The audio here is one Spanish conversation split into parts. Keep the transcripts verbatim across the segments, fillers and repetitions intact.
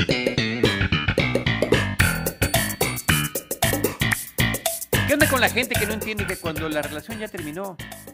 ¿Qué onda con la gente que no entiende que cuando la relación ya terminó,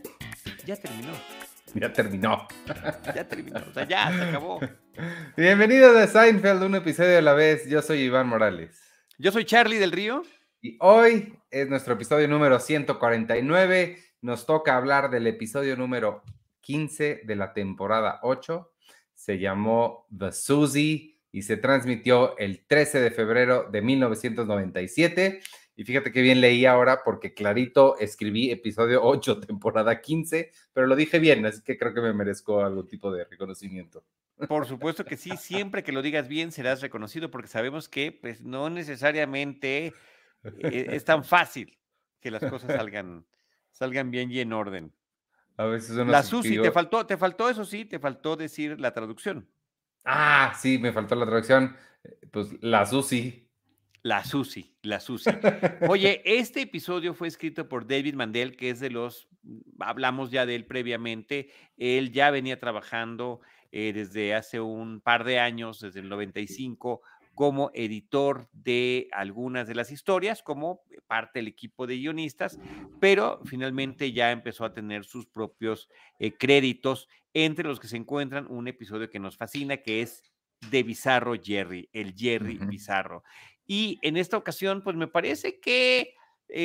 ya terminó? Ya terminó. Ya terminó, o sea, ya se acabó. Bienvenidos a Seinfeld, un episodio a la vez. Yo soy Iván Morales. Yo soy Charlie del Río. Y hoy es nuestro episodio número ciento cuarenta y nueve. Nos toca hablar del episodio número quince de la temporada ocho. Se llamó The Susie y se transmitió el trece de febrero de mil novecientos noventa y siete. Y fíjate qué bien leí ahora porque clarito escribí episodio ocho, temporada quince, pero lo dije bien, así que creo que me merezco algún tipo de reconocimiento. Por supuesto que sí, siempre que lo digas bien serás reconocido porque sabemos que pues no necesariamente eh, es tan fácil que las cosas salgan, salgan bien y en orden. A veces uno La se Susi, te faltó, te faltó eso sí, te faltó decir la traducción. Ah, sí, me faltó la traducción. Pues la Susi. La Susi, la Susi. Oye, este episodio fue escrito por David Mandel, que es de los, hablamos ya de él previamente, él ya venía trabajando eh, desde hace un par de años, desde el noventa y cinco, como editor de algunas de las historias, como parte del equipo de guionistas, pero finalmente ya empezó a tener sus propios eh, créditos, entre los que se encuentran un episodio que nos fascina, que es de Bizarro Jerry, el Jerry Ujú. Bizarro. Y en esta ocasión, pues me parece que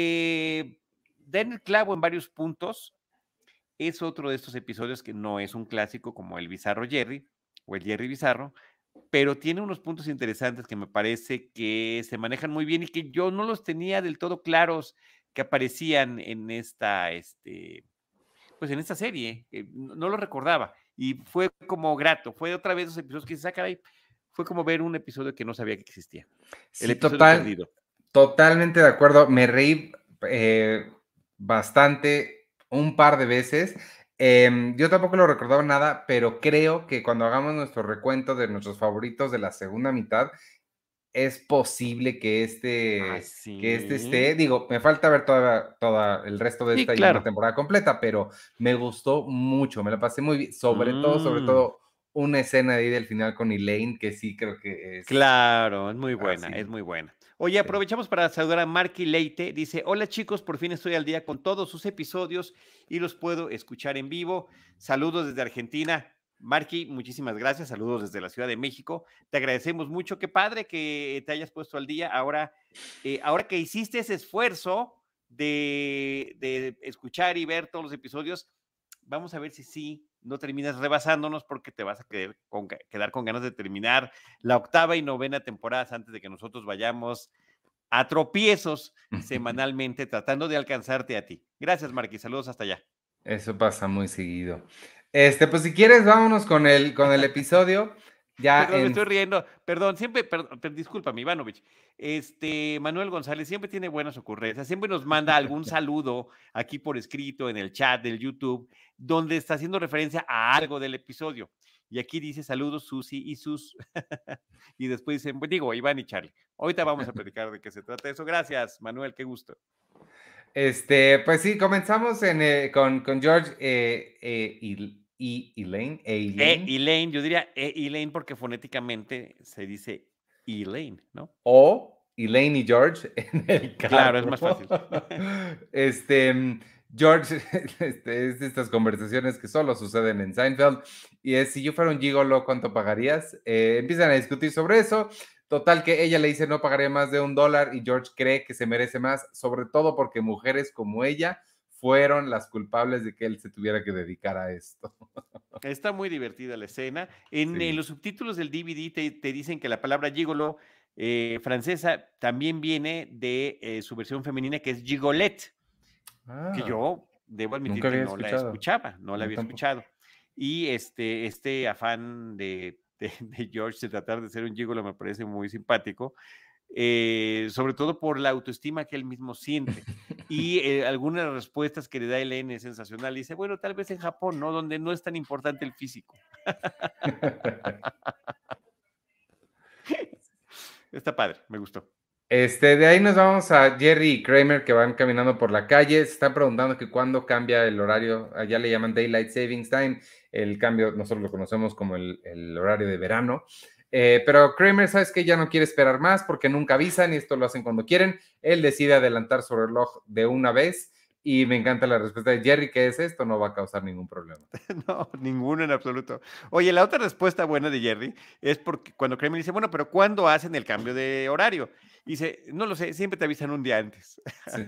eh, dan el clavo en varios puntos. Es otro de estos episodios que no es un clásico como el Bizarro Jerry o el Jerry Bizarro, pero tiene unos puntos interesantes que me parece que se manejan muy bien y que yo no los tenía del todo claros que aparecían en esta, este, pues en esta serie. Eh, no, no lo recordaba y fue como grato. Fue otra vez esos episodios que dices, ah, caray, fue como ver un episodio que no sabía que existía. El Sí, episodio total, perdido. totalmente de acuerdo. Me reí eh, bastante un par de veces. Em, yo tampoco lo recordaba nada, pero creo que cuando hagamos nuestro recuento de nuestros favoritos de la segunda mitad, es posible que Ah, este, que este esté. sí. Digo, me falta ver toda, toda el resto de Sí, esta y una claro. temporada completa, pero me gustó mucho, me la pasé muy bien. Sobre todo, sobre Mm, todo, una escena ahí del final con Elaine, que sí creo que es claro, es muy buena, es así. muy buena. Oye, Sí. aprovechamos para saludar a Marky Leite. Dice, hola chicos, por fin estoy al día con todos sus episodios y los puedo escuchar en vivo. Saludos desde Argentina. Marky, muchísimas gracias. Saludos desde la Ciudad de México. Te agradecemos mucho. Qué padre que te hayas puesto al día. Ahora, eh, ahora que hiciste ese esfuerzo de, de escuchar y ver todos los episodios, vamos a ver si sí no terminas rebasándonos porque te vas a quedar con, quedar con ganas de terminar la octava y novena temporadas antes de que nosotros vayamos a tropiezos semanalmente tratando de alcanzarte a ti. Gracias, Marquis. Saludos hasta allá. Eso pasa muy seguido. Este, pues si quieres, vámonos con el, con el episodio. Ya Perdón, me en. estoy riendo. Perdón, siempre, perdón, per, discúlpame, Ivanovich. Este, Manuel González siempre tiene buenas ocurrencias, siempre nos manda algún saludo aquí por escrito en el chat del YouTube, donde está haciendo referencia a algo del episodio. Y aquí dice saludos Susi y Sus. Y después dicen, pues digo, Iván y Charlie. Ahorita vamos a platicar de qué se trata eso. Gracias, Manuel, qué gusto. Este, pues sí, comenzamos en, eh, con, con George eh, eh, y, y Elaine, e E Elaine, Elaine, yo diría E Elaine porque fonéticamente se dice Elaine, ¿no? o Elaine y George en el Claro, es carro. más fácil. Este, mm, George, este, es de estas conversaciones que solo suceden en Seinfeld, y es, si yo fuera un gigolo, ¿cuánto pagarías? Eh, empiezan a discutir sobre eso. Total que ella le dice no pagaría más de un dólar y George cree que se merece más, sobre todo porque mujeres como ella fueron las culpables de que él se tuviera que dedicar a esto. Está muy divertida la escena. En, en Sí. los subtítulos del D V D te, te dicen que la palabra gigolo eh, francesa también viene de eh, su versión femenina que es gigolette, que Ah, yo debo admitir nunca que había no la escuchado. escuchaba, no la Yo había tampoco. escuchado. Y este, este afán de, de, de George de tratar de ser un gigolo me parece muy simpático. Eh, sobre todo por la autoestima que él mismo siente. Y eh, algunas respuestas que le da Elaine es sensacional. Dice, bueno, tal vez en Japón, ¿no? Donde no es tan importante el físico. Está padre, me gustó. Este, de ahí nos vamos a Jerry y Kramer que van caminando por la calle. Se están preguntando que cuándo cambia el horario. Allá le llaman Daylight Savings Time. El cambio, nosotros lo conocemos como el, el horario de verano. Eh, pero Kramer, ¿sabes qué? Ya no quiere esperar más porque nunca avisan y esto lo hacen cuando quieren. Él decide adelantar su reloj de una vez y me encanta la respuesta de Jerry, que es esto no va a causar ningún problema. No, ninguno en absoluto. Oye, la otra respuesta buena de Jerry es porque cuando Kramer dice, bueno, pero ¿cuándo hacen el cambio de horario? Y dice, no lo sé, siempre te avisan un día antes. Sí,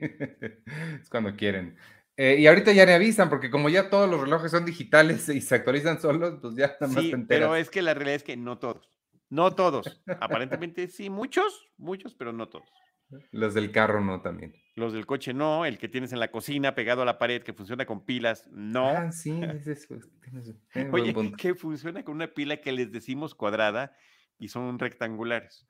es cuando quieren. Eh, y ahorita ya ni avisan, porque como ya todos los relojes son digitales y se actualizan solos, pues ya nada más te Sí, pero enteras. es que la realidad es que no todos. No todos. Aparentemente sí, muchos, muchos, pero no todos. Los del carro no también. Los del coche no, el que tienes en la cocina pegado a la pared que funciona con pilas, Ah, no. sí, es eso. Tienes, tienes buen Oye, punto. que funciona con una pila que les decimos cuadrada y son rectangulares.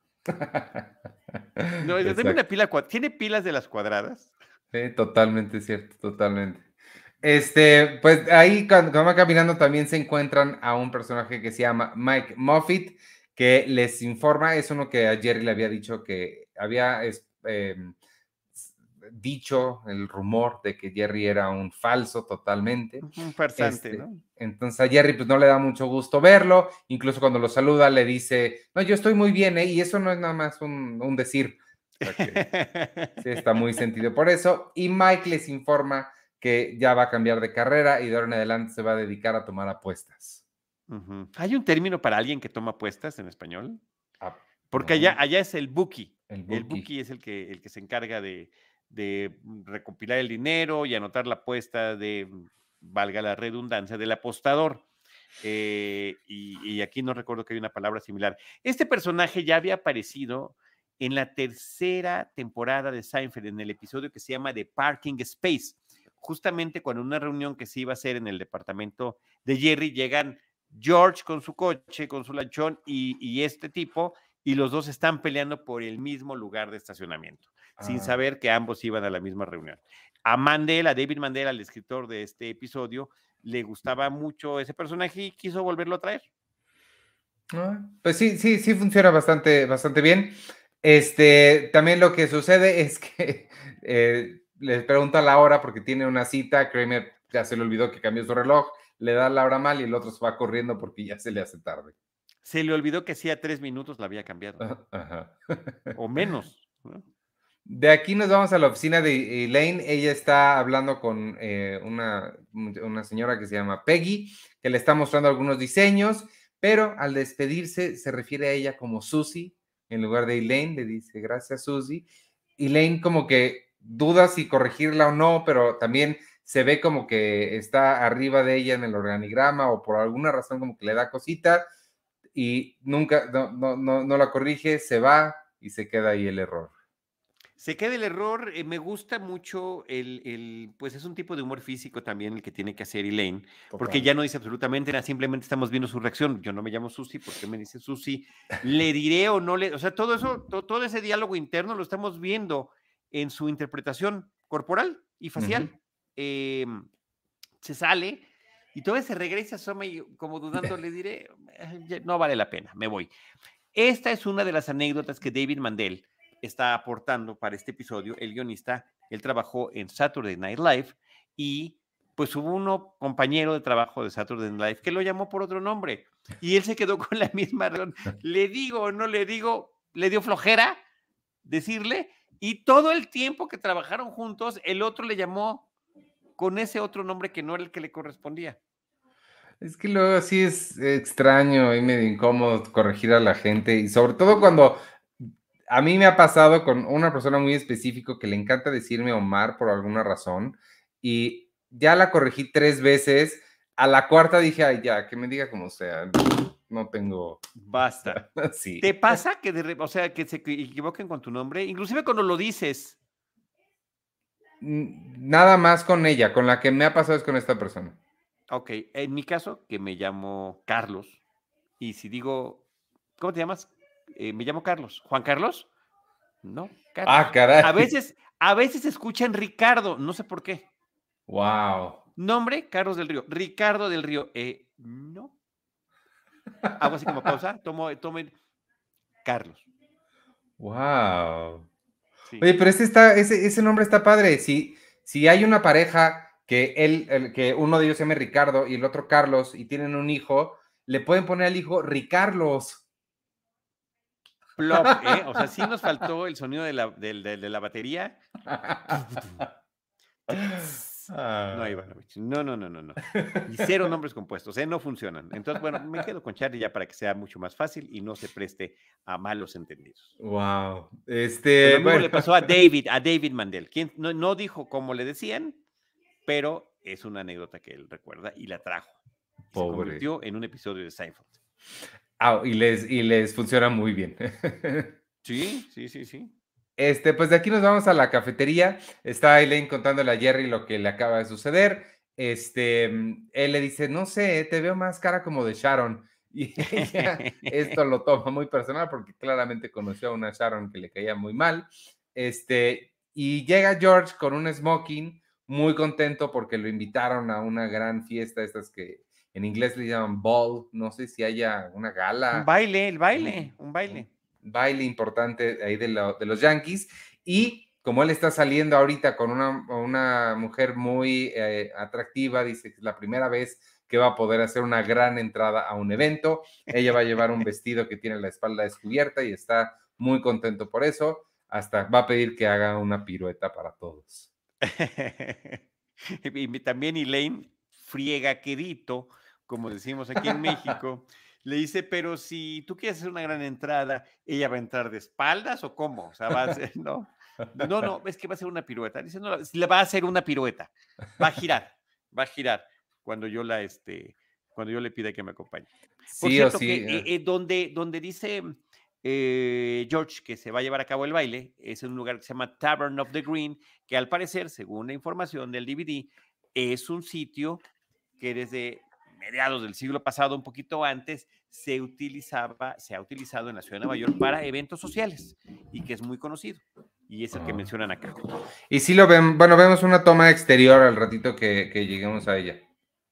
No, dame una Exacto. pila cuadrada. ¿Tiene pilas de las cuadradas? Sí, totalmente cierto, totalmente. Este, pues ahí cuando, cuando va caminando también se encuentran a un personaje que se llama Mike Moffitt, que les informa, es uno que a Jerry le había dicho que había es, eh, dicho el rumor de que Jerry era un falso totalmente. Un farsante, Este, ¿no? entonces a Jerry pues no le da mucho gusto verlo, incluso cuando lo saluda le dice, no, yo estoy muy bien, ¿eh? Y eso no es nada más un, un decir, o sea que sí está muy sentido por eso. Y Mike les informa que ya va a cambiar de carrera y de ahora en adelante se va a dedicar a tomar apuestas. Ujú. ¿Hay un término para alguien que toma apuestas en español? Ah, Porque allá, no, allá es el bookie. el El bookie. bookie es el que, el que se encarga de, de recopilar el dinero y anotar la apuesta de, valga la redundancia, del apostador. Eh, y, y aquí no recuerdo que hay una palabra similar. Este personaje ya había aparecido en la tercera temporada de Seinfeld, en el episodio que se llama The Parking Space. Justamente cuando en una reunión que se iba a hacer en el departamento de Jerry, llegan George con su coche, con su lanchón y, y este tipo, y los dos están peleando por el mismo lugar de estacionamiento, sin Ah, saber que ambos iban a la misma reunión. A Mandela, David Mandela, el escritor de este episodio, le gustaba mucho ese personaje y quiso volverlo a traer. ah, pues sí, sí, sí funciona bastante, bastante bien. Este, también lo que sucede es que eh, les pregunta la hora porque tiene una cita, Kramer ya se le olvidó que cambió su reloj, le da la hora mal y el otro se va corriendo porque ya se le hace tarde. Se le olvidó que hacía tres minutos la había cambiado, Ajá. o menos, ¿no? De aquí nos vamos a la oficina de Elaine. Ella está hablando con eh, una, una señora que se llama Peggy, que le está mostrando algunos diseños, pero al despedirse se refiere a ella como Susie, en lugar de Elaine, le dice gracias Susie. Elaine como que duda si corregirla o no, pero también se ve como que está arriba de ella en el organigrama o por alguna razón como que le da cosita y nunca, no, no, no, no la corrige, se va y se queda ahí el error. Se queda el error, eh, me gusta mucho el, el, pues es un tipo de humor físico también el que tiene que hacer Elaine, porque Total. ya no dice absolutamente nada, simplemente estamos viendo su reacción. Yo no me llamo Susi, ¿por qué me dice Susi? Le diré o no le, o sea, todo eso, to, todo ese diálogo interno lo estamos viendo en su interpretación corporal y Ujú. facial. Eh, se sale y todavía se regresa, asoma y como dudando le diré, "Eh, no vale la pena, me voy". Esta es una de las anécdotas que David Mandel está aportando para este episodio. El guionista, él trabajó en Saturday Night Live y pues hubo uno compañero de trabajo de Saturday Night Live que lo llamó por otro nombre y él se quedó con la misma razón. Le digo o no le digo, le dio flojera decirle y todo el tiempo que trabajaron juntos, el otro le llamó con ese otro nombre que no era el que le correspondía. Es que luego sí es extraño y medio incómodo corregir a la gente y sobre todo cuando a mí me ha pasado con una persona muy específico que le encanta decirme Omar por alguna razón y ya la corregí tres veces, a la cuarta dije, ay, ya, que me diga como sea, no tengo, Basta. ¿Te sí, pasa que, de, re- o sea, que se equivoquen con tu nombre? Inclusive cuando lo dices. nada más con ella, con la que me ha pasado es con esta persona. Ok, en mi caso, que me llamo Carlos, y si digo, ¿cómo te llamas? Eh, me llamo Carlos. ¿Juan Carlos? No, Ah, Carlos. A caray, veces, a veces escuchan Ricardo, no sé por qué. wow, Nombre, Carlos del Río. Ricardo del Río. Eh, no. Hago así como pausa, tomo, tomen Carlos. wow. Sí. Oye, pero ese, está, ese, ese nombre está padre. Si, si hay una pareja que, él, el, que uno de ellos se llama Ricardo y el otro Carlos y tienen un hijo, le pueden poner al hijo Ricarlos. Plop, ¿eh? O sea, sí nos faltó el sonido de la, de, de, de la batería. No, Ivanovich. No, no, no, no, no. Y cero nombres compuestos, ¿eh? No funcionan. Entonces, bueno, me quedo con Charlie ya para que sea mucho más fácil y no se preste a malos entendidos. Wow. Pues Este, lo mismo bueno. le pasó a David, a David Mandel, quien no, no dijo cómo le decían, pero es una anécdota que él recuerda y la trajo. Y se Pobre. convirtió en un episodio de Seinfeld. Ah, y les, y les funciona muy bien. Sí, sí, sí, sí. Este, pues de aquí nos vamos a la cafetería. Está Elaine contándole a Jerry lo que le acaba de suceder. Este, él le dice, no sé, te veo más cara como de Sharon. Y ella esto lo toma muy personal porque claramente conoció a una Sharon que le caía muy mal. Este, y llega George con un smoking, muy contento porque lo invitaron a una gran fiesta, estas que en inglés le llaman ball, no sé si haya una gala. Un baile, el baile, un, un baile. Un baile importante ahí de, lo, de los Yankees. Y como él está saliendo ahorita con una, una mujer muy eh, atractiva, dice que es la primera vez que va a poder hacer una gran entrada a un evento. Ella va a llevar un vestido que tiene la espalda descubierta y está muy contento por eso. Hasta va a pedir que haga una pirueta para todos. Y también Elaine friega quedito, como decimos aquí en México, le dice, pero si tú quieres hacer una gran entrada, ¿ella va a entrar de espaldas o cómo? O sea, va a hacer, ¿no? No, no, es que va a hacer una pirueta. Dice, no, le va a hacer una pirueta. Va a girar, va a girar cuando yo la, este, cuando yo le pida que me acompañe. Por Sí cierto, o sí. que eh, eh, donde, donde dice eh, George que se va a llevar a cabo el baile es en un lugar que se llama Tavern of the Green, que al parecer, según la información del D V D, es un sitio que desde mediados del siglo pasado, un poquito antes, se utilizaba, se ha utilizado en la ciudad de Nueva York para eventos sociales y que es muy conocido. Y es el que mencionan acá. Y sí lo ven, bueno, vemos una toma exterior al ratito que, que lleguemos a ella.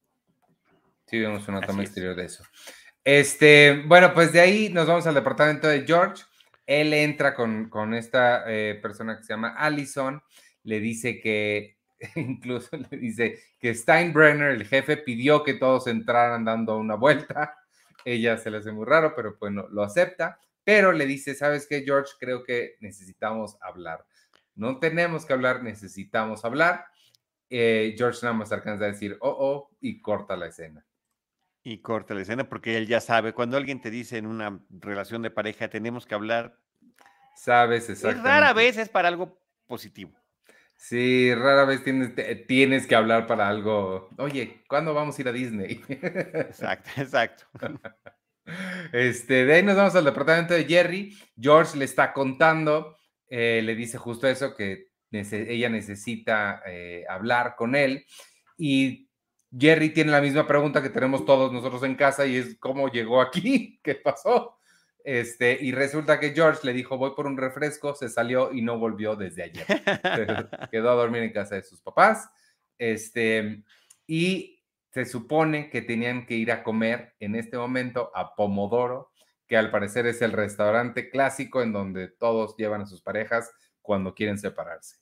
Sí, vemos una toma Así exterior es. de eso. Este, bueno, pues de ahí nos vamos al departamento de George. Él entra con, con esta eh, persona que se llama Allison. Le dice que, incluso le dice que Steinbrenner, el jefe, pidió que todos entraran dando una vuelta. Ella se le hace muy raro, pero bueno, lo acepta. Pero le dice, ¿sabes qué, George? Creo que necesitamos hablar. No tenemos que hablar, necesitamos hablar. Eh, George nada más alcanza a decir, oh, oh, y corta la escena. Y corta la escena porque él ya sabe, cuando alguien te dice en una relación de pareja, tenemos que hablar, Sabes es exactamente. rara vez es para algo positivo. Sí, rara vez tienes, tienes que hablar para algo. Oye, ¿cuándo vamos a ir a Disney? Exacto, exacto. Este, de ahí nos vamos al departamento de Jerry. George le está contando, eh, le dice justo eso, que nece ella necesita eh, hablar con él. Y Jerry tiene la misma pregunta que tenemos todos nosotros en casa y es, ¿cómo llegó aquí? ¿Qué pasó? Este, y resulta que George le dijo, voy por un refresco, se salió y no volvió desde ayer. Quedó a dormir en casa de sus papás. Este, y se supone que tenían que ir a comer en este momento a Pomodoro, que al parecer es el restaurante clásico en donde todos llevan a sus parejas cuando quieren separarse.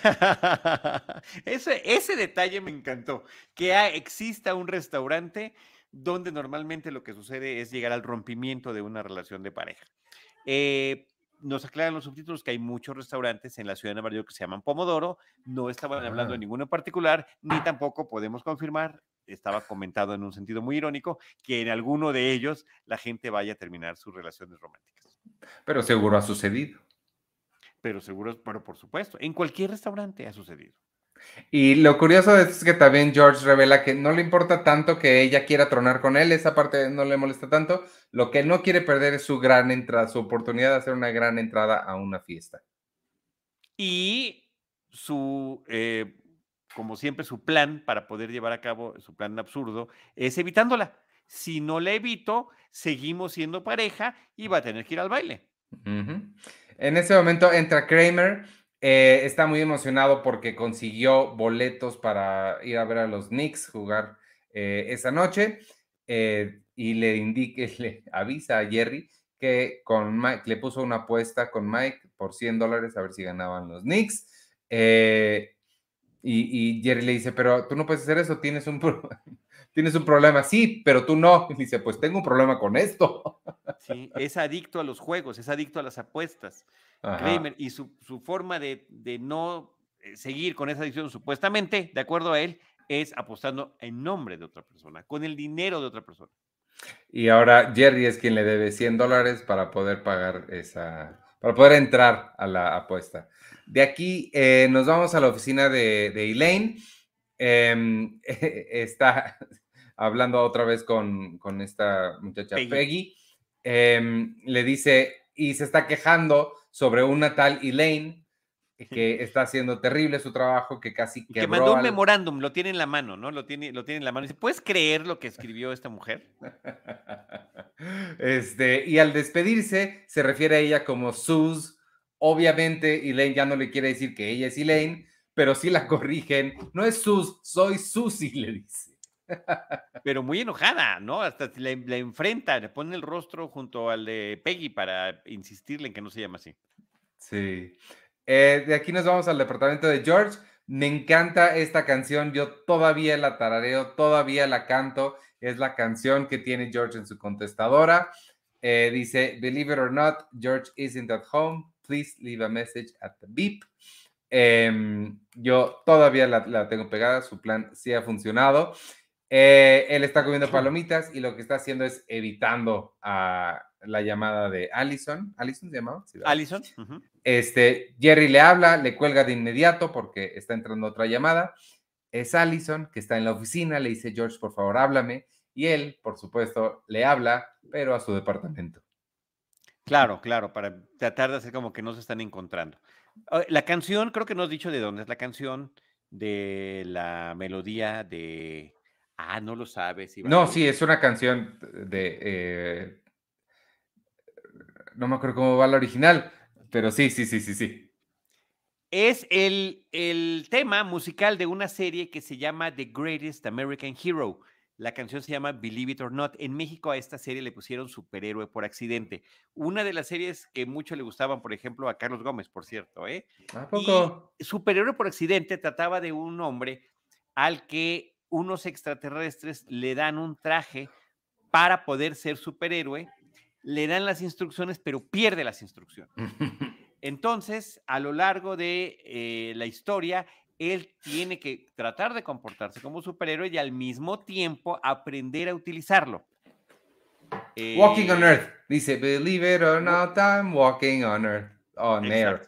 ese, ese detalle me encantó, que ha, exista un restaurante donde normalmente lo que sucede es llegar al rompimiento de una relación de pareja. Eh, nos aclaran los subtítulos que hay muchos restaurantes en la ciudad de Nueva York que se llaman Pomodoro, no estaban hablando de ninguno en particular, ni tampoco podemos confirmar, estaba comentado en un sentido muy irónico, que en alguno de ellos la gente vaya a terminar sus relaciones románticas. Pero seguro ha sucedido. Pero seguro, pero por supuesto, en cualquier restaurante ha sucedido. Y lo curioso es que también George revela que no le importa tanto que ella quiera tronar con él, esa parte no le molesta tanto, lo que no quiere perder es su gran entrada, su oportunidad de hacer una gran entrada a una fiesta. Y su, eh, como siempre, su plan para poder llevar a cabo su plan absurdo es evitándola. Si no la evito, seguimos siendo pareja y va a tener que ir al baile. Uh-huh. En ese momento entra Kramer, eh, está muy emocionado porque consiguió boletos para ir a ver a los Knicks jugar eh, esa noche eh, y le indique, le avisa a Jerry que con Mike, le puso una apuesta con Mike por cien dólares a ver si ganaban los Knicks. Eh, y, y Jerry le dice, pero tú no puedes hacer eso, tienes un, pro tienes un problema, sí, pero tú no. Y dice, pues tengo un problema con esto. Sí, es adicto a los juegos, es adicto a las apuestas. Ajá. Kramer, y su, su forma de, de no eh, seguir con esa adicción, supuestamente, de acuerdo a él, es apostando en nombre de otra persona, con el dinero de otra persona. Y ahora Jerry es quien le debe cien dólares para poder pagar esa, para poder entrar a la apuesta. De aquí eh, nos vamos a la oficina de, de Elaine. Eh, está hablando otra vez con, con esta muchacha Peggy. Peggy. Eh, le dice, y se está quejando sobre una tal Elaine que está haciendo terrible su trabajo, que casi quebró. Que mandó un al... memorándum, lo tiene en la mano, ¿no? Lo tiene, lo tiene en la mano. Dice, ¿puedes creer lo que escribió esta mujer? Este, y al despedirse, se refiere a ella como Sus. Obviamente, Elaine ya no le quiere decir que ella es Elaine, pero sí la corrigen. No es Sus, soy Susie, le dice. Pero muy enojada, ¿no? Hasta la, la enfrenta, le pone el rostro junto al de Peggy para insistirle en que no se llama así. Sí. Eh, de aquí nos vamos al departamento de George. Me encanta esta canción, yo todavía la tarareo, todavía la canto. Es la canción que tiene George en su contestadora. Eh, dice, believe it or not, George isn't at home. Please leave a message at the beep. Eh, yo todavía la, la tengo pegada, su plan sí ha funcionado. Eh, él está comiendo palomitas y lo que está haciendo es evitando a la llamada de Allison. ¿Allison se llamaba? Sí, Allison. Uh-huh. Este, Jerry le habla, le cuelga de inmediato porque está entrando otra llamada. Es Allison, que está en la oficina, le dice, George, por favor, háblame. Y él, por supuesto, le habla, pero a su departamento. Claro, claro, para tratar de hacer como que no se están encontrando. La canción, creo que no has dicho de dónde es la canción, de la melodía de... Ah, no lo sabes, Iván. No, sí, es una canción de... Eh, no me acuerdo cómo va la original, pero sí, sí, sí, sí, sí. Es el, el tema musical de una serie que se llama The Greatest American Hero. La canción se llama Believe It or Not. En México a esta serie le pusieron Superhéroe por Accidente. Una de las series que mucho le gustaban, por ejemplo, a Carlos Gómez, por cierto. ¿eh? ¿A poco? Y Superhéroe por Accidente trataba de un hombre al que unos extraterrestres le dan un traje para poder ser superhéroe, le dan las instrucciones, pero pierde las instrucciones. Entonces, a lo largo de eh, la historia, él tiene que tratar de comportarse como superhéroe y al mismo tiempo aprender a utilizarlo. Eh, walking on Earth. Dice, believe it or not, I'm walking on Earth. On Air.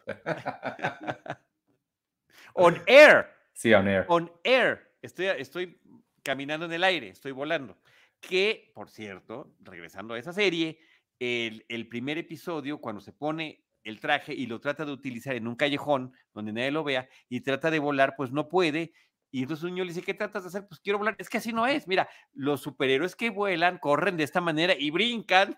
On Air. Sí, on Air. On Air. Estoy, estoy caminando en el aire, estoy volando. Que, por cierto, regresando a esa serie, el, el primer episodio, cuando se pone el traje y lo trata de utilizar en un callejón donde nadie lo vea y trata de volar, pues no puede. Y entonces un niño le dice, ¿qué tratas de hacer? Pues quiero volar. Es que así no es. Mira, los superhéroes que vuelan corren de esta manera y brincan.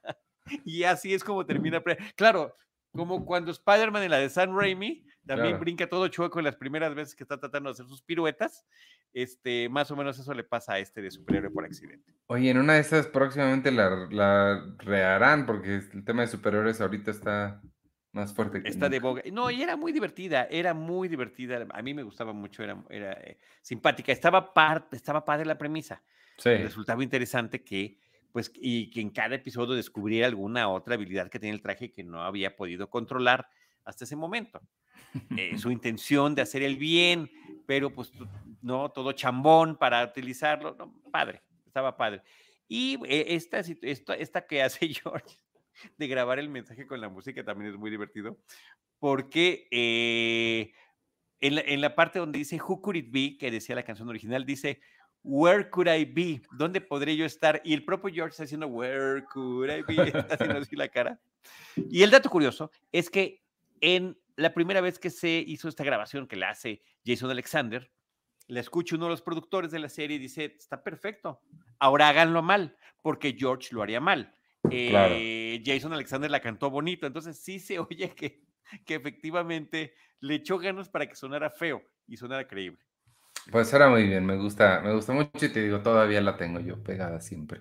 Y así es como termina. Claro, como cuando Spider-Man en la de Sam Raimi también claro. brinca todo chueco en las primeras veces que está tratando de hacer sus piruetas. Este, más o menos eso le pasa a este de superhéroe por accidente. Oye, en una de esas próximamente la, la reharán porque el tema de superhéroes ahorita está más fuerte que Está nunca. de boga. No, y era muy divertida, era muy divertida. A mí me gustaba mucho, era, era eh, simpática. Estaba, par, estaba padre la premisa. Sí. Resultaba interesante que, pues, y que en cada episodio descubriera alguna otra habilidad que tenía el traje que no había podido controlar hasta ese momento. Eh, su intención de hacer el bien, pero pues no, todo chambón para utilizarlo. No, padre, estaba padre. Y eh, esta, esta, esta que hace George de grabar el mensaje con la música también es muy divertido, porque eh, en, la, en la parte donde dice Who could it be, que decía la canción original, dice Where could I be? ¿Dónde podré yo estar? Y el propio George está diciendo Where could I be? Está haciendo así la cara. Y el dato curioso es que en la primera vez que se hizo esta grabación que la hace Jason Alexander, la escucha uno de los productores de la serie y dice, está perfecto, ahora háganlo mal, porque George lo haría mal. Claro. Eh, Jason Alexander la cantó bonito, entonces sí se oye que, que efectivamente le echó ganas para que sonara feo y sonara creíble. Pues era muy bien, me gusta, me gusta mucho y te digo, todavía la tengo yo pegada siempre.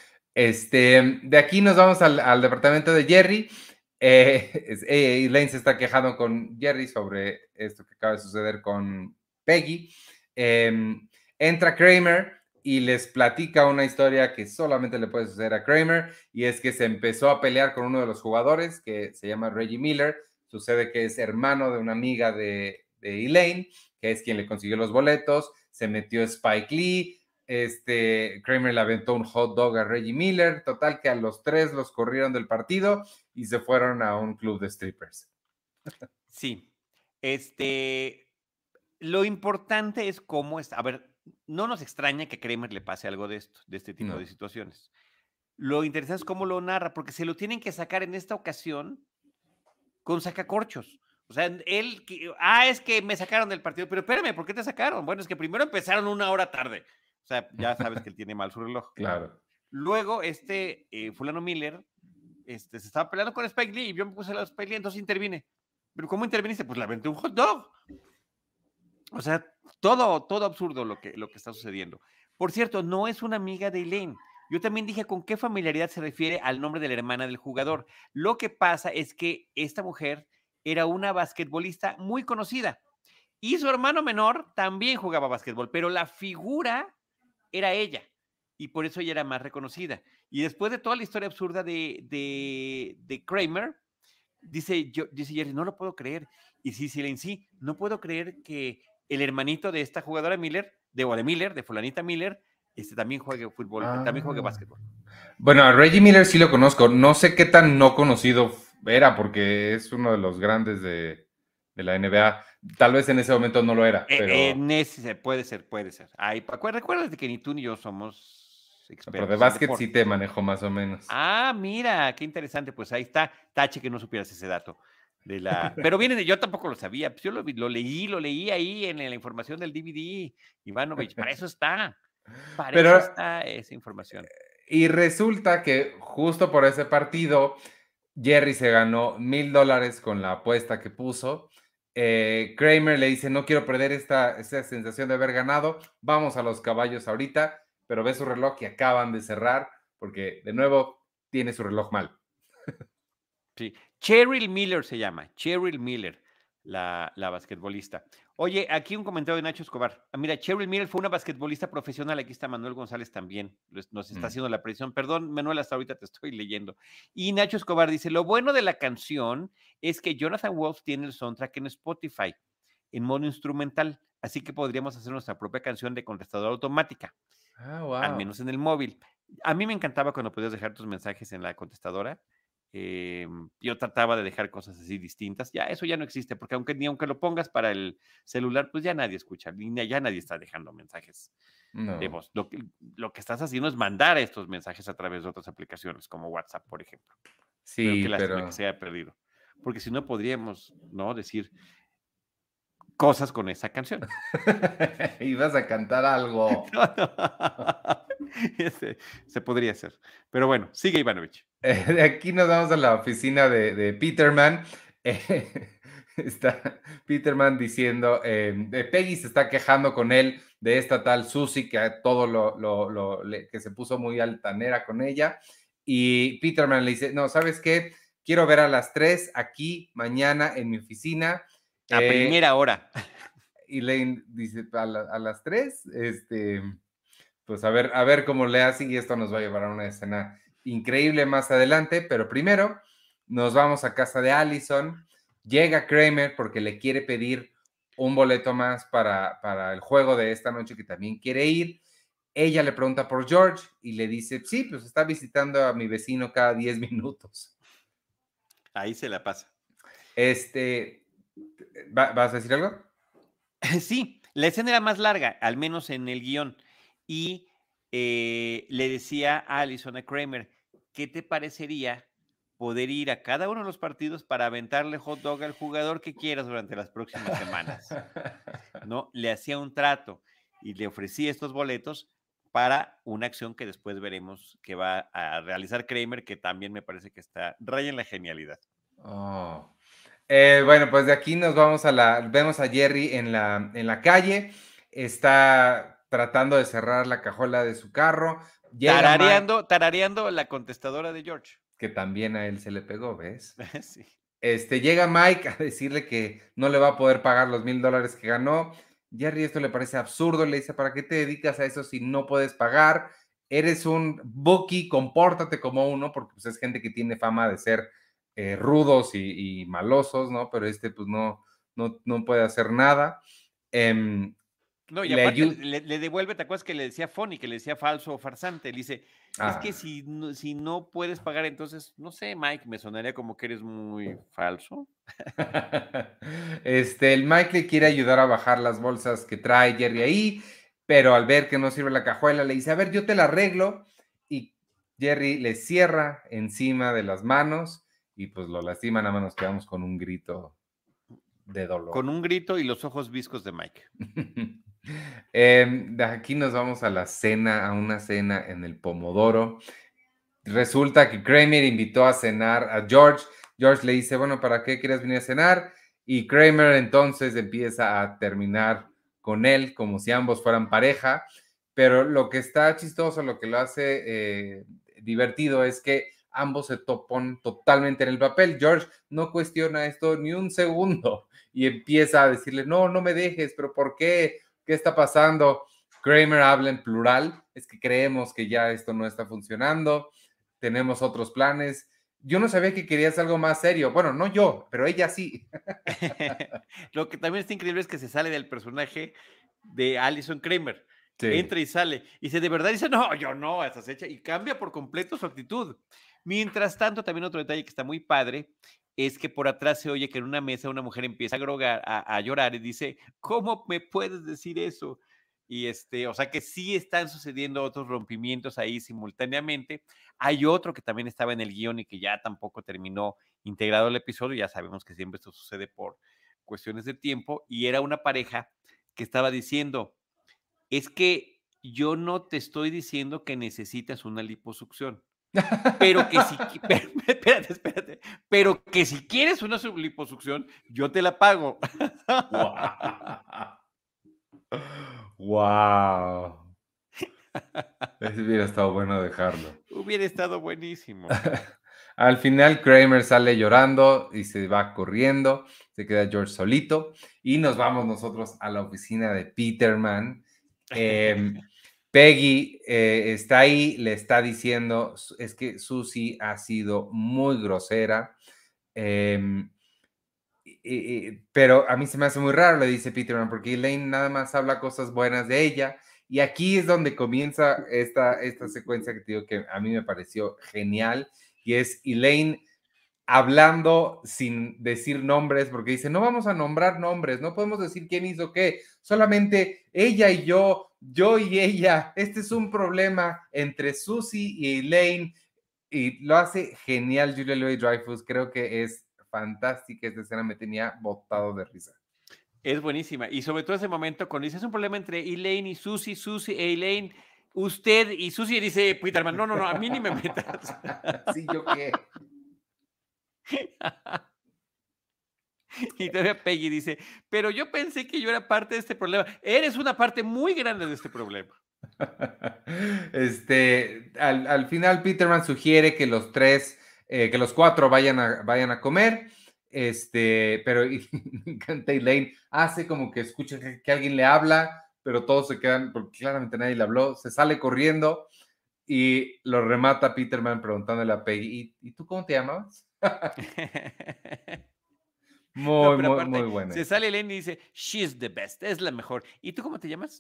Este, de aquí nos vamos al, al departamento de Jerry. Eh, eh, Elaine se está quejando con Jerry sobre esto que acaba de suceder con Peggy. Eh, entra Kramer y les platica una historia que solamente le puede suceder a Kramer, y es que se empezó a pelear con uno de los jugadores que se llama Reggie Miller. Sucede que es hermano de una amiga de, de Elaine, que es quien le consiguió los boletos. Se metió Spike Lee, este, Kramer le aventó un hot dog a Reggie Miller, total que a los tres los corrieron del partido y se fueron a un club de strippers. Sí, este, lo importante es cómo es, a ver, no nos extraña que a Kramer le pase algo de esto, de este tipo No. de situaciones. Lo interesante es cómo lo narra, porque se lo tienen que sacar en esta ocasión con sacacorchos. O sea, él, ah, es que me sacaron del partido, pero espérame, ¿por qué te sacaron? Bueno, es que primero empezaron una hora tarde. O sea, ya sabes que él tiene mal su reloj. Claro. Luego, este eh, fulano Miller este, se estaba peleando con Spike Lee y yo me puse a la Spike Lee, entonces intervine. ¿Pero cómo interviniste? Pues le aventé un hot dog. O sea, todo, todo absurdo lo que, lo que está sucediendo. Por cierto, no es una amiga de Elaine. Yo también dije con qué familiaridad se refiere al nombre de la hermana del jugador. Lo que pasa es que esta mujer era una basquetbolista muy conocida y su hermano menor también jugaba basquetbol, pero la figura era ella y por eso ella era más reconocida. Y después de toda la historia absurda de, de, de Kramer, dice, yo, dice Jerry, no lo puedo creer. Y sí, sí, sí, no puedo creer que el hermanito de esta jugadora Miller, de, o de Miller, de fulanita Miller, este, también juegue fútbol, ah. también juegue básquetbol. Bueno, a Reggie Miller sí lo conozco. No sé qué tan no conocido era, porque es uno de los grandes de, de la N B A. Tal vez en ese momento no lo era, pero... Eh, en ese, puede ser, puede ser. Ay, recuerda que ni tú ni yo somos expertos. Pero de básquet sí te manejo más o menos. Ah, mira, qué interesante. Pues ahí está. Tache que no supieras ese dato. De la... Pero viene de, yo tampoco lo sabía. Pues yo lo, lo leí, lo leí ahí en la información del D V D. Ivanovich, para eso está. Para Pero, eso está esa información. Y resulta que justo por ese partido, Jerry se ganó mil dólares con la apuesta que puso. Eh, Kramer le dice, no quiero perder esta, esta sensación de haber ganado. Vamos a los caballos ahorita, pero ve su reloj y acaban de cerrar porque, de nuevo, tiene su reloj mal. Sí, Cheryl Miller se llama, Cheryl Miller, la, la basquetbolista. Oye, aquí un comentario de Nacho Escobar. Ah, mira, Cheryl Miller fue una basquetbolista profesional. Aquí está Manuel González también. Nos está mm. haciendo la presión. Perdón, Manuel, hasta ahorita te estoy leyendo. Y Nacho Escobar dice, lo bueno de la canción es que Jonathan Wolf tiene el soundtrack en Spotify, en modo instrumental. Así que podríamos hacer nuestra propia canción de contestadora automática. Ah, wow. Al menos en el móvil. A mí me encantaba cuando podías dejar tus mensajes en la contestadora. Eh, yo trataba de dejar cosas así distintas, ya eso ya no existe, porque aunque ni aunque lo pongas para el celular, pues ya nadie escucha, ya nadie está dejando mensajes no. de voz. Lo que, lo que estás haciendo es mandar estos mensajes a través de otras aplicaciones, como WhatsApp, por ejemplo. Sí, pero... Que, pero... que se haya perdido, porque si no podríamos, ¿no? Decir cosas con esa canción. Ibas a cantar algo. no, no. Ese, se podría hacer. Pero bueno, sigue Ivanovich. Eh, de aquí nos vamos a la oficina de, de Peterman. Eh, está Peterman diciendo, eh, Peggy se está quejando con él de esta tal Susie, que todo lo, lo, lo le, que se puso muy altanera con ella. Y Peterman le dice, no, ¿sabes qué? Quiero ver a las tres aquí mañana en mi oficina. A eh, primera hora. Y Lane dice, a, la, a las tres, este, pues a ver, a ver cómo le hace, y esto nos va a llevar a una escena increíble más adelante, pero primero nos vamos a casa de Allison. Llega Kramer porque le quiere pedir un boleto más para, para el juego de esta noche, que también quiere ir. Ella le pregunta por George y le dice, sí, pues está visitando a mi vecino cada diez minutos. Ahí se la pasa. Este, ¿vas a decir algo? Sí, la escena era más larga, al menos en el guión, y eh, le decía a Allison, a Kramer, ¿qué te parecería poder ir a cada uno de los partidos para aventarle hot dog al jugador que quieras durante las próximas semanas? ¿No? Le hacía un trato y le ofrecía estos boletos para una acción que después veremos que va a realizar Kramer, que también me parece que está raya en la genialidad. Oh. Eh, bueno, pues de aquí nos vamos a la, vemos a Jerry en la, en la calle, está tratando de cerrar la cajuela de su carro. Llega tarareando, Mike, tarareando la contestadora de George. Que también a él se le pegó, ¿ves? Sí. Este, llega Mike a decirle que no le va a poder pagar los mil dólares que ganó. Jerry esto le parece absurdo, le dice, ¿para qué te dedicas a eso si no puedes pagar? Eres un bookie, compórtate como uno, porque pues, es gente que tiene fama de ser eh, rudos y, y malosos, ¿no? Pero este pues no, no, no puede hacer nada. Eh, No, y le aparte ayuda... le, le devuelve, ¿te acuerdas que le decía funny, que le decía falso o farsante? Le dice, es que Ah. si no, si no puedes pagar, entonces, no sé, Mike, me sonaría como que eres muy falso. Este, el Mike le quiere ayudar a bajar las bolsas que trae Jerry ahí, pero al ver que no sirve la cajuela, le dice, a ver, yo te la arreglo, y Jerry le cierra encima de las manos, y pues lo lastima, nada más nos quedamos con un grito de dolor. Con un grito y los ojos viscos de Mike. eh, de aquí nos vamos a la cena, a una cena en el Pomodoro. Resulta que Kramer invitó a cenar a George. George le dice, bueno, ¿para qué quieres venir a cenar? Y Kramer entonces empieza a terminar con él como si ambos fueran pareja. Pero lo que está chistoso, lo que lo hace eh, divertido es que ambos se topan totalmente en el papel. George no cuestiona esto ni un segundo y empieza a decirle, no, no me dejes, pero ¿por qué? ¿Qué está pasando? Kramer habla en plural, es que creemos que ya esto no está funcionando, tenemos otros planes. Yo no sabía que querías algo más serio. Bueno, no yo, pero ella sí. Lo que también está increíble es que se sale del personaje de Alison Kramer. Sí. Entra y sale. Y se de verdad dice, no, yo no, a esa hecha. Y cambia por completo su actitud. Mientras tanto, también otro detalle que está muy padre es que por atrás se oye que en una mesa una mujer empieza a, grogar, a, a llorar y dice, ¿cómo me puedes decir eso? Y este, o sea que sí están sucediendo otros rompimientos ahí simultáneamente. Hay otro que también estaba en el guión y que ya tampoco terminó integrado el episodio. Ya sabemos que siempre esto sucede por cuestiones de tiempo. Y era una pareja que estaba diciendo, es que yo no te estoy diciendo que necesitas una liposucción, pero que si, pero, espérate, espérate, pero que si quieres una liposucción, yo te la pago. Wow. Wow. Ese hubiera estado bueno dejarlo. Hubiera estado buenísimo. Al final, Kramer sale llorando y se va corriendo. Se queda George solito. Y nos vamos nosotros a la oficina de Peterman. Eh, Peggy eh, está ahí, le está diciendo, es que Susie ha sido muy grosera. Eh, y, y, pero a mí se me hace muy raro, le dice Peterman, porque Elaine nada más habla cosas buenas de ella. Y aquí es donde comienza esta, esta secuencia que te digo que a mí me pareció genial. Y es Elaine hablando sin decir nombres, porque dice, no vamos a nombrar nombres, no podemos decir quién hizo qué, solamente ella y yo, yo y ella. Este es un problema entre Susie y Elaine. Y lo hace genial Julia Louis-Dreyfus. Creo que es fantástica esta escena, me tenía botado de risa. Es buenísima. Y sobre todo ese momento cuando dice, es un problema entre Elaine y Susie, Susie e Elaine, usted y Susie, dice Peterman, no, no, no, a mí ni me metas. Sí, ¿yo qué? Y todavía Peggy dice, pero yo pensé que yo era parte de este problema. Eres una parte muy grande de este problema. Este, al, al final Peterman sugiere que los tres, eh, que los cuatro vayan a, vayan a comer, este, pero y, me encanta Elaine, hace como que escucha que, que alguien le habla, pero todos se quedan, porque claramente nadie le habló, se sale corriendo y lo remata Peterman preguntándole a Peggy, ¿y, ¿y tú cómo te llamabas? No, Muy, pero muy, aparte muy buena se esta. sale Elaine y dice, she's the best, es la mejor. ¿Y tú cómo te llamas?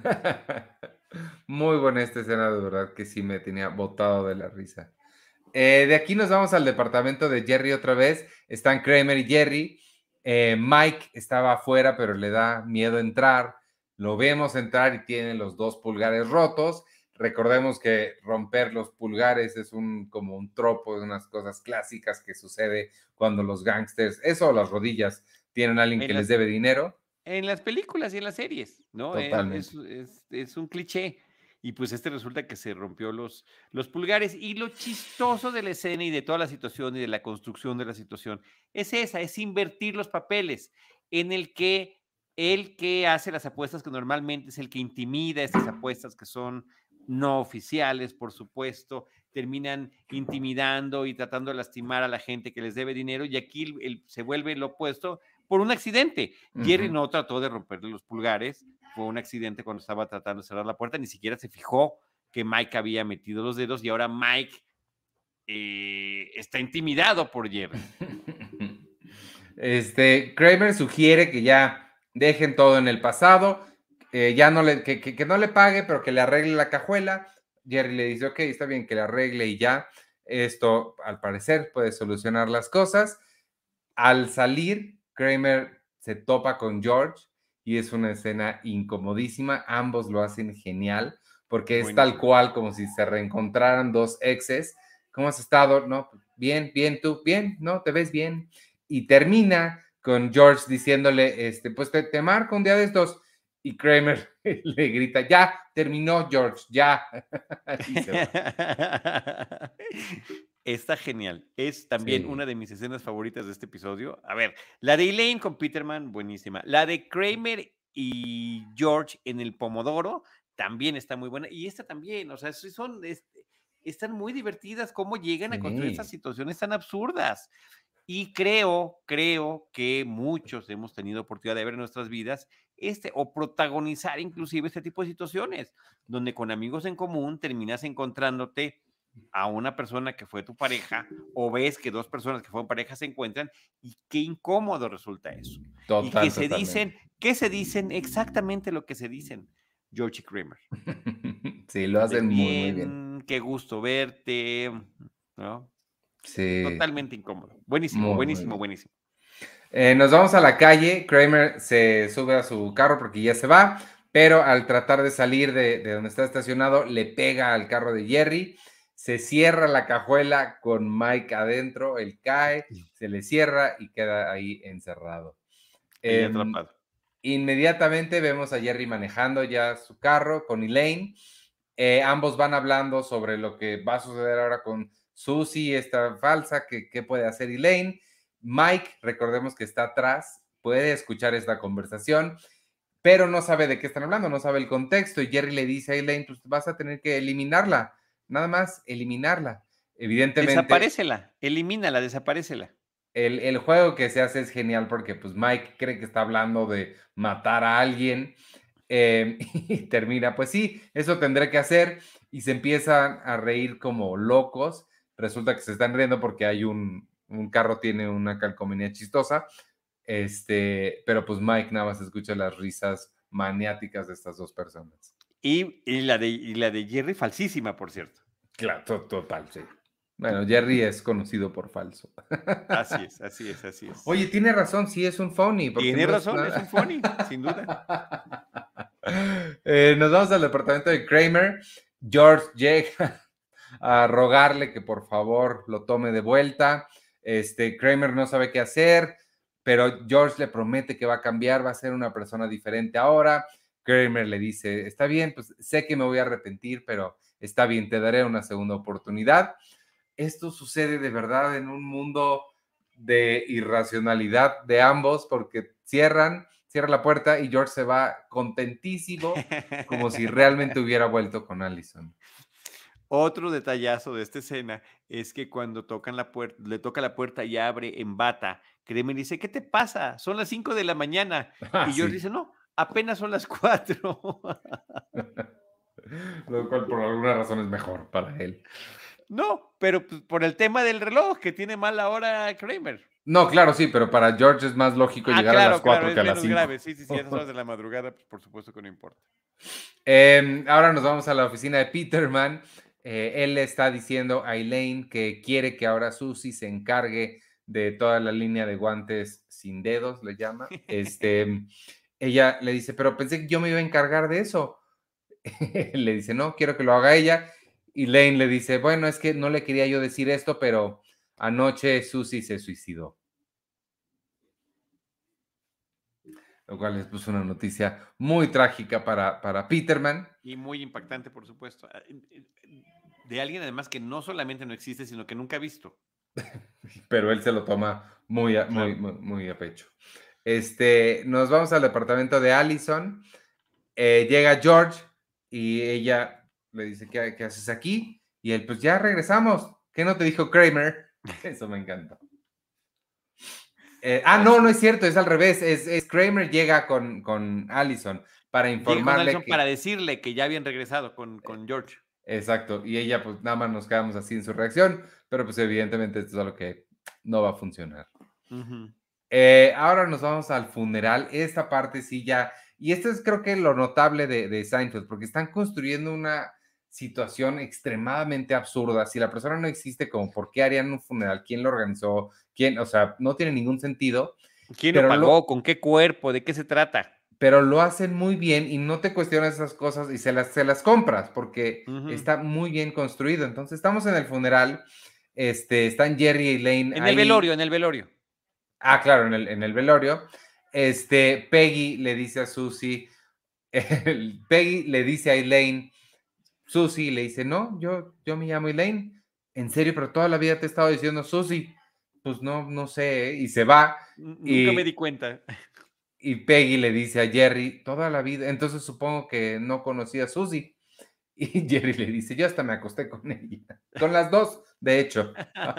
Muy buena esta escena, de verdad que sí me tenía botado de la risa. Eh, de aquí nos vamos al departamento de Jerry otra vez. Están Kramer y Jerry. Eh, Mike estaba afuera, pero le da miedo entrar. Lo vemos entrar y tiene los dos pulgares rotos. Recordemos que romper los pulgares es un, como un tropo, de unas cosas clásicas que sucede cuando los gángsters, eso o las rodillas, tienen a alguien En que les las, debe dinero. en las películas y en las series, ¿no? Es, es, Totalmente. es, es un cliché. Y pues este resulta que se rompió los, los pulgares. Y lo chistoso de la escena y de toda la situación y de la construcción de la situación es esa, es invertir los papeles en el que el que hace las apuestas, que normalmente es el que intimida estas apuestas que son no oficiales, por supuesto, terminan intimidando y tratando de lastimar a la gente que les debe dinero. Y aquí el, el, se vuelve lo opuesto, por un accidente. Jerry Ujú. no trató de romperle los pulgares, fue un accidente cuando estaba tratando de cerrar la puerta, ni siquiera se fijó que Mike había metido los dedos y ahora Mike eh, está intimidado por Jerry. Este, Kramer sugiere que ya dejen todo en el pasado, eh, ya no le, que, que, que no le pague, pero que le arregle la cajuela. Jerry le dice, ok, está bien, que le arregle y ya. Esto, al parecer, puede solucionar las cosas. Al salir, Kramer se topa con George y es una escena incomodísima. Ambos lo hacen genial porque es tal Buenísimo. cual como si se reencontraran dos exes. ¿Cómo has estado? No, bien, bien, tú, bien, no, te ves bien. Y termina con George diciéndole, este, pues te, te marco un día de estos. Y Kramer le grita, ya, terminó George, ya. Y se va. Está genial. Es también Sí. una de mis escenas favoritas de este episodio. A ver, la de Elaine con Peterman, buenísima. La de Kramer y George en el Pomodoro también está muy buena. Y esta también, o sea, sí son, es- están muy divertidas cómo llegan a construir estas Sí. situaciones tan absurdas. Y creo, creo que muchos hemos tenido oportunidad de ver en nuestras vidas este, o protagonizar inclusive este tipo de situaciones, donde con amigos en común terminas encontrándote a una persona que fue tu pareja o ves que dos personas que fueron pareja se encuentran y qué incómodo resulta eso. Y que Total, se totalmente. dicen, ¿qué se dicen? Exactamente lo que se dicen. George y Kramer. Sí, Que lo andes hacen muy, muy bien. bien, qué gusto verte, ¿no? Sí, Totalmente incómodo. Buenísimo, muy, muy buenísimo, bien. buenísimo. Eh, nos vamos a la calle. Kramer se sube a su carro porque ya se va, pero al tratar de salir de, de donde está estacionado, le pega al carro de Jerry. Se cierra la cajuela con Mike adentro. Él cae, se le cierra y queda ahí encerrado. Ahí Em, atrapado. Inmediatamente vemos a Jerry manejando ya su carro con Elaine. Eh, ambos van hablando sobre lo que va a suceder ahora con Susie, esta falsa, que qué puede hacer Elaine. Mike, recordemos que está atrás, puede escuchar esta conversación, pero no sabe de qué están hablando, no sabe el contexto. Y Jerry le dice a Elaine, pues vas a tener que eliminarla, nada más eliminarla. Evidentemente, Desaparécela, elimínala, desaparécela. el, el juego que se hace es genial porque pues Mike cree que está hablando de matar a alguien eh, y termina, pues sí, eso tendré que hacer y se empiezan a reír como locos. Resulta que se están riendo porque hay un, un carro tiene una calcomanía chistosa, este, pero pues Mike nada más escucha las risas maniáticas de estas dos personas. Y, y la de, y la de Jerry, falsísima, por cierto. Claro, to- total, sí. Bueno, Jerry es conocido por falso. Así es, así es, así es. Oye, tiene razón, sí es un phony, porque Tiene no es razón, es un nada. funny, sin duda. Eh, nos vamos al departamento de Kramer. George llega a rogarle que por favor lo tome de vuelta. Este, Kramer no sabe qué hacer, pero George le promete que va a cambiar, va a ser una persona diferente ahora. Kramer le dice, está bien, pues sé que me voy a arrepentir, pero está bien, te daré una segunda oportunidad. Esto sucede de verdad en un mundo de irracionalidad de ambos porque cierran, cierra la puerta y George se va contentísimo como si realmente hubiera vuelto con Allison. Otro detallazo de esta escena es que cuando tocan la puerta, le toca la puerta y abre en bata, Kramer dice, ¿qué te pasa? Son las cinco de la mañana. Ah, Y George sí. dice, no, apenas son las cuatro. Lo cual por alguna razón es mejor para él. No, pero pues, por el tema del reloj, que tiene mala hora Kramer. No, claro, sí, pero para George es más lógico Ah, llegar a las claro, claro, cuatro que es a las menos grave. cinco. Sí, sí, sí, a esas horas de la madrugada, pues por supuesto que no importa. Eh, ahora nos vamos a la oficina de Peterman. Eh, él le está diciendo a Elaine que quiere que ahora Susie se encargue de toda la línea de guantes sin dedos, le llama. Este, ella le dice, pero pensé que yo me iba a encargar de eso. Le dice, no, quiero que lo haga ella. Y Elaine le dice, bueno, es que no le quería yo decir esto, pero anoche Susie se suicidó. Lo cual es pues, una noticia muy trágica para, para Peterman. Y muy impactante, por supuesto. Ah, en- en- De alguien además que no solamente no existe, sino que nunca ha visto. Pero él se lo toma muy a, muy, Claro. muy, muy a pecho. Este, nos vamos al departamento de Allison. Eh, llega George y ella le dice, ¿qué, qué haces aquí? Y él, pues ya regresamos. ¿Qué no te dijo Kramer? Eso me encanta. Eh, ah, no, no es cierto, es al revés. Es, es Kramer llega con, con Allison para Llega con informarle Allison que... para decirle que ya habían regresado con, con George. Exacto, y ella pues nada más nos quedamos así en su reacción, pero pues evidentemente esto es algo que no va a funcionar. Ujú. Eh, ahora nos vamos al funeral. Esta parte sí ya, y esto es creo que lo notable de, de Seinfeld, porque están construyendo una situación extremadamente absurda. Si la persona no existe, como por qué harían un funeral, quién lo organizó, quién, o sea, no tiene ningún sentido, ¿Quién lo pero lo, pagó? ¿Con qué cuerpo? ¿De qué se trata? pero lo hacen muy bien y no te cuestionas esas cosas y se las, se las compras porque Ujú. está muy bien construido. Entonces estamos en el funeral, este, están Jerry y Elaine En el ahí. velorio, en el velorio. Ah, claro, en el, en el velorio. Este, Peggy le dice a Susie, el- Peggy le dice a Elaine, Susie le dice, no, yo, yo me llamo Elaine. En serio, pero toda la vida te he estado diciendo Susie. Pues no, no sé, ¿eh? Y se va. N- Nunca me Y, di cuenta. y Peggy le dice a Jerry, toda la vida, entonces supongo que no conocía a Susie. Y Jerry le dice, yo hasta me acosté con ella. Con las dos, de hecho.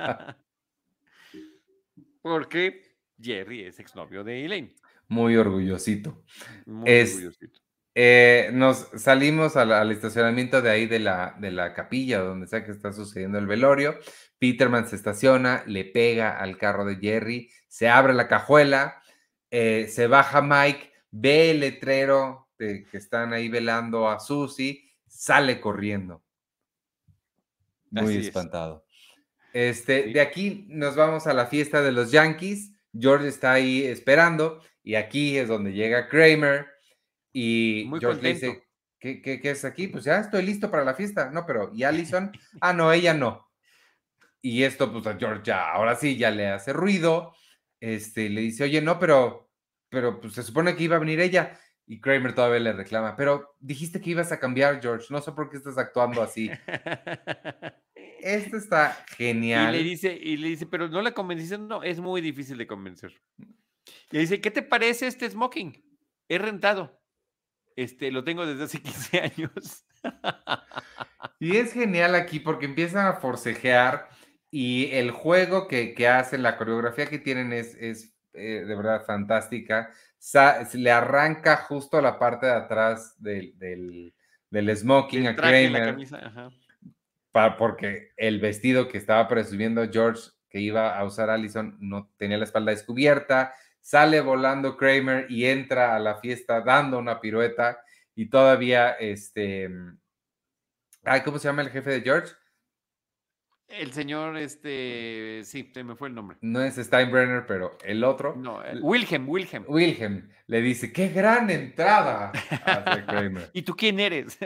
Porque Jerry es exnovio de Elaine. Muy orgullosito. Muy Es, orgullosito. eh, nos salimos al, al estacionamiento de ahí de la, de la capilla, donde sea que está sucediendo el velorio. Peterman se estaciona, le pega al carro de Jerry, se abre la cajuela, eh, se baja Mike, ve el letrero de que están ahí velando a Susie, sale corriendo, muy Así es. espantado. Este, Sí. de aquí nos vamos a la fiesta de los Yankees. George está ahí esperando y aquí es donde llega Kramer y Muy George le contento. dice, ¿qué, qué, qué es aquí? Pues ya estoy listo para la fiesta. No, pero ¿y Allison? Ah, no, ella no. Y esto, pues a George ya, ahora sí, ya le hace ruido. Este, le dice, oye, no, pero, pero pues se supone que iba a venir ella. Y Kramer todavía le reclama, pero dijiste que ibas a cambiar, George. No sé por qué estás actuando así. Esto está Y le genial. dice, y le dice, pero no la convenciste. No, es muy difícil de convencer. Y le dice, ¿qué te parece este smoking? He rentado. Este, lo tengo desde hace quince años. Y es genial aquí porque empiezan a forcejear y el juego que, que hacen, la coreografía que tienen es, es eh, de verdad fantástica. Sa le arranca justo la parte de atrás del, del, del smoking Del a traje, la Kramer camisa, ajá. para, porque el vestido que estaba presumiendo George que iba a usar Allison no tenía la espalda descubierta. Sale volando Kramer y entra a la fiesta dando una pirueta y todavía este... Ay, ¿cómo se llama el jefe de George? El señor, este, sí, se me fue el nombre. No es Steinbrenner, pero el otro, No, eh, Wilhelm, Wilhelm. Wilhelm, le dice, ¡qué gran entrada! Hace Kramer. ¿Y tú quién eres?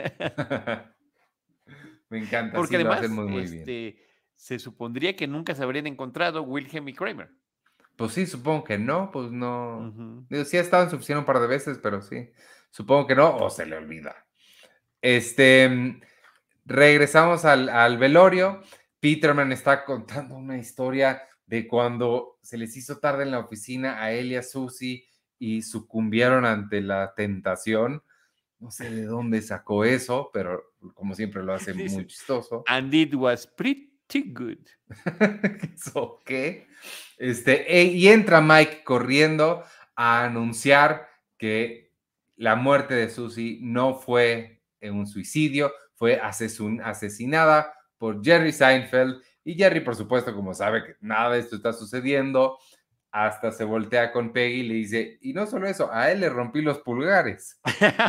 Me encanta, Porque sí, lo hacen además, muy, muy bien. este, se supondría que nunca se habrían encontrado Wilhelm y Kramer. Pues sí, supongo que no, pues no. Ujú. Digo, sí ha estado en su oficina un par de veces, pero sí, supongo que no, o se le olvida. Este, regresamos al, al velorio. Peterman está contando una historia de cuando se les hizo tarde en la oficina a él y a Susie y sucumbieron ante la tentación. No sé de dónde sacó eso, pero como siempre lo hace muy Dice, chistoso. and it was pretty good. ¿Eso qué? Este, e- y entra Mike corriendo a anunciar que la muerte de Susie no fue un suicidio, fue asesin asesinada por Jerry Seinfeld. Y Jerry, por supuesto, como sabe que nada de esto está sucediendo, hasta se voltea con Peggy y le dice, y no solo eso, a él le rompí los pulgares.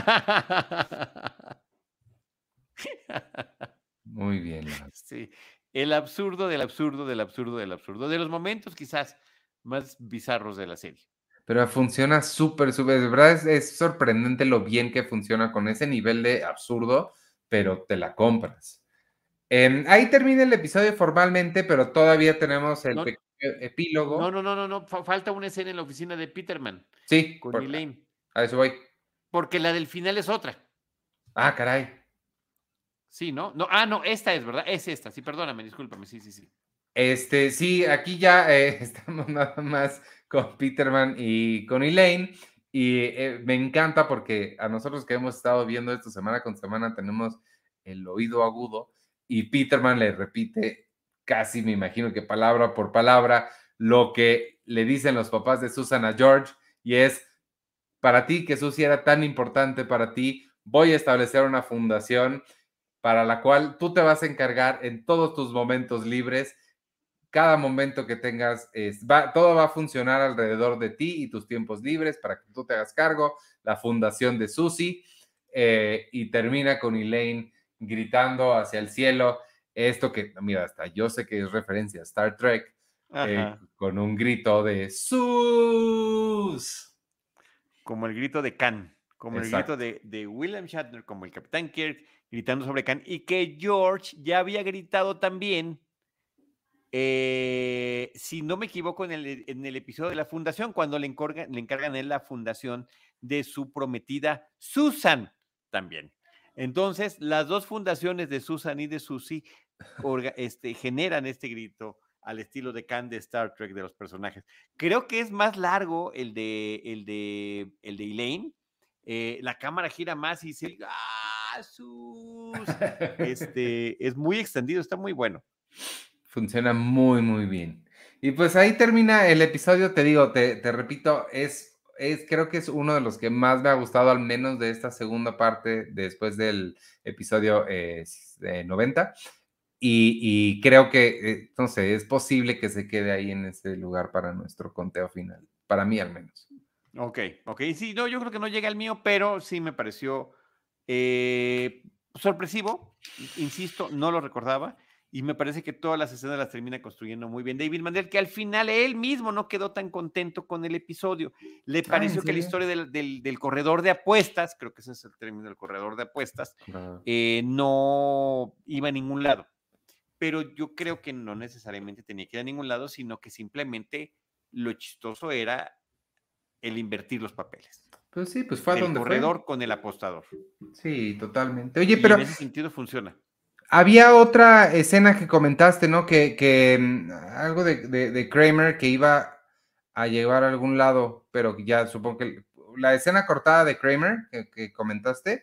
Muy bien, Lalo. Sí, el absurdo del absurdo del absurdo del absurdo, de los momentos quizás más bizarros de la serie. Pero funciona súper, súper, de verdad es, es sorprendente lo bien que funciona con ese nivel de absurdo, pero te la compras. Em, ahí termina el episodio formalmente, pero todavía tenemos el No, pequeño no, epílogo. no, no, no, no, fa- falta una escena en la oficina de Peterman Sí, con por- Elaine, a eso voy. porque la del final es otra. Ah, caray. Sí, ¿no? No, ah, no, esta es, ¿verdad? Es esta. Sí, perdóname, discúlpame. Sí, sí, sí. Este, sí, aquí ya eh, estamos nada más con Peterman y con Elaine. Y eh, me encanta porque a nosotros que hemos estado viendo esto semana con semana tenemos el oído agudo y Peterman le repite casi, me imagino que palabra por palabra, lo que le dicen los papás de Susan a George, y es, para ti que Susie era tan importante para ti, voy a establecer una fundación para la cual tú te vas a encargar en todos tus momentos libres. Cada momento que tengas, es, va, todo va a funcionar alrededor de ti y tus tiempos libres para que tú te hagas cargo. La fundación de Susie, eh, y termina con Elaine gritando hacia el cielo. Esto que, mira, hasta yo sé que es referencia a Star Trek, eh, con un grito de ¡Sus! Como el grito de Khan, como Exacto. el grito de, de William Shatner, como el Capitán Kirk gritando sobre Khan, y que George ya había gritado también, eh, si no me equivoco, en el, en el episodio de la fundación, cuando le encargan, le encargan en la fundación de su prometida Susan también. Entonces, las dos fundaciones de Susan y de Susie orga, este, generan este grito al estilo de Khan de Star Trek de los personajes. Creo que es más largo el de, el de, el de Elaine. Eh, la cámara gira más y se... ¡Ah, sus! Este, es muy extendido, está muy bueno. Funciona muy, muy bien. Y pues ahí termina el episodio, te digo, te, te repito, es, es, creo que es uno de los que más me ha gustado, al menos de esta segunda parte, después del episodio eh, noventa. Y, y creo que, eh, no sé, es posible que se quede ahí en ese lugar para nuestro conteo final, para mí al menos. Ok, ok, sí, no, yo creo que no llega al mío, pero sí me pareció eh, sorpresivo, insisto, no lo recordaba, y me parece que todas las escenas las termina construyendo muy bien David Mandel, que al final él mismo no quedó tan contento con el episodio. Le Ah, ¿en pareció que la serio? historia del, del, del corredor de apuestas, creo que ese es el término del corredor de apuestas, Claro. eh, no iba a ningún lado. Pero yo creo que no necesariamente tenía que ir a ningún lado, sino que simplemente lo chistoso era el invertir los papeles. Pues sí, pues fue a Del donde corredor fue. con el apostador. Sí, totalmente. Oye, Y pero en ese sentido funciona. había otra escena que comentaste, ¿no? Que, que mm, algo de, de, de Kramer que iba a llevar a algún lado, pero ya supongo que la escena cortada de Kramer que, que comentaste,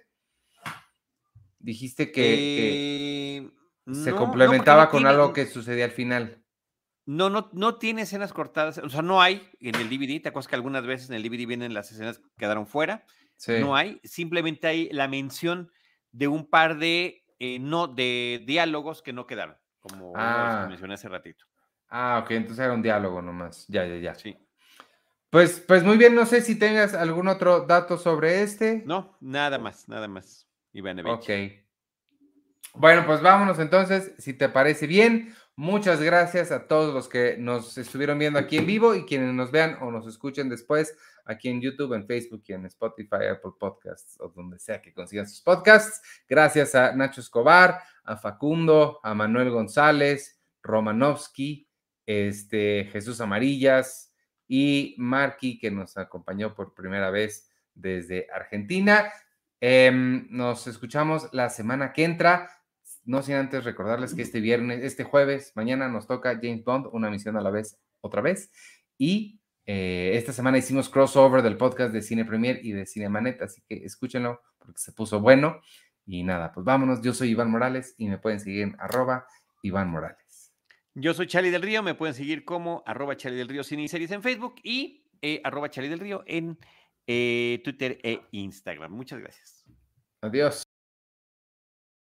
dijiste que, Eh, que se no, no, porque complementaba no con tiene, algo que sucedía al final. no, no, no tiene escenas cortadas, o sea, no hay en el D V D, te acuerdas que algunas veces en el D V D vienen las escenas que quedaron fuera, Sí. no hay, simplemente hay la mención de un par de, eh, no, de diálogos que no quedaron, como uno de los que Ah, mencioné hace ratito. ah, ok, entonces era un diálogo nomás. Ya, ya, ya. Sí. Pues, pues muy bien, no sé si tengas algún otro dato sobre este. No, nada más, nada más, Ok. Ivanovich. Bueno, pues vámonos entonces, si te parece bien. Muchas gracias a todos los que nos estuvieron viendo aquí en vivo y quienes nos vean o nos escuchen después aquí en YouTube, en Facebook y en Spotify, Apple Podcasts o donde sea que consigan sus podcasts. Gracias a Nacho Escobar, a Facundo, a Manuel González, Romanovsky, este, Jesús Amarillas y Marky, que nos acompañó por primera vez desde Argentina. Eh, nos escuchamos la semana que entra. No sin antes recordarles que este viernes, este jueves, mañana nos toca James Bond, una misión a la vez, otra vez. Y eh, esta semana hicimos crossover del podcast de Cine Premier y de Cinemanet, así que escúchenlo porque se puso bueno. Y nada, pues vámonos. Yo soy Iván Morales y me pueden seguir en arroba Iván Morales. Yo soy Charlie del Río, me pueden seguir como arroba Charlie del Río Cine y Series en Facebook y eh, arroba Charlie del Río en eh, Twitter e Instagram. Muchas gracias. Adiós.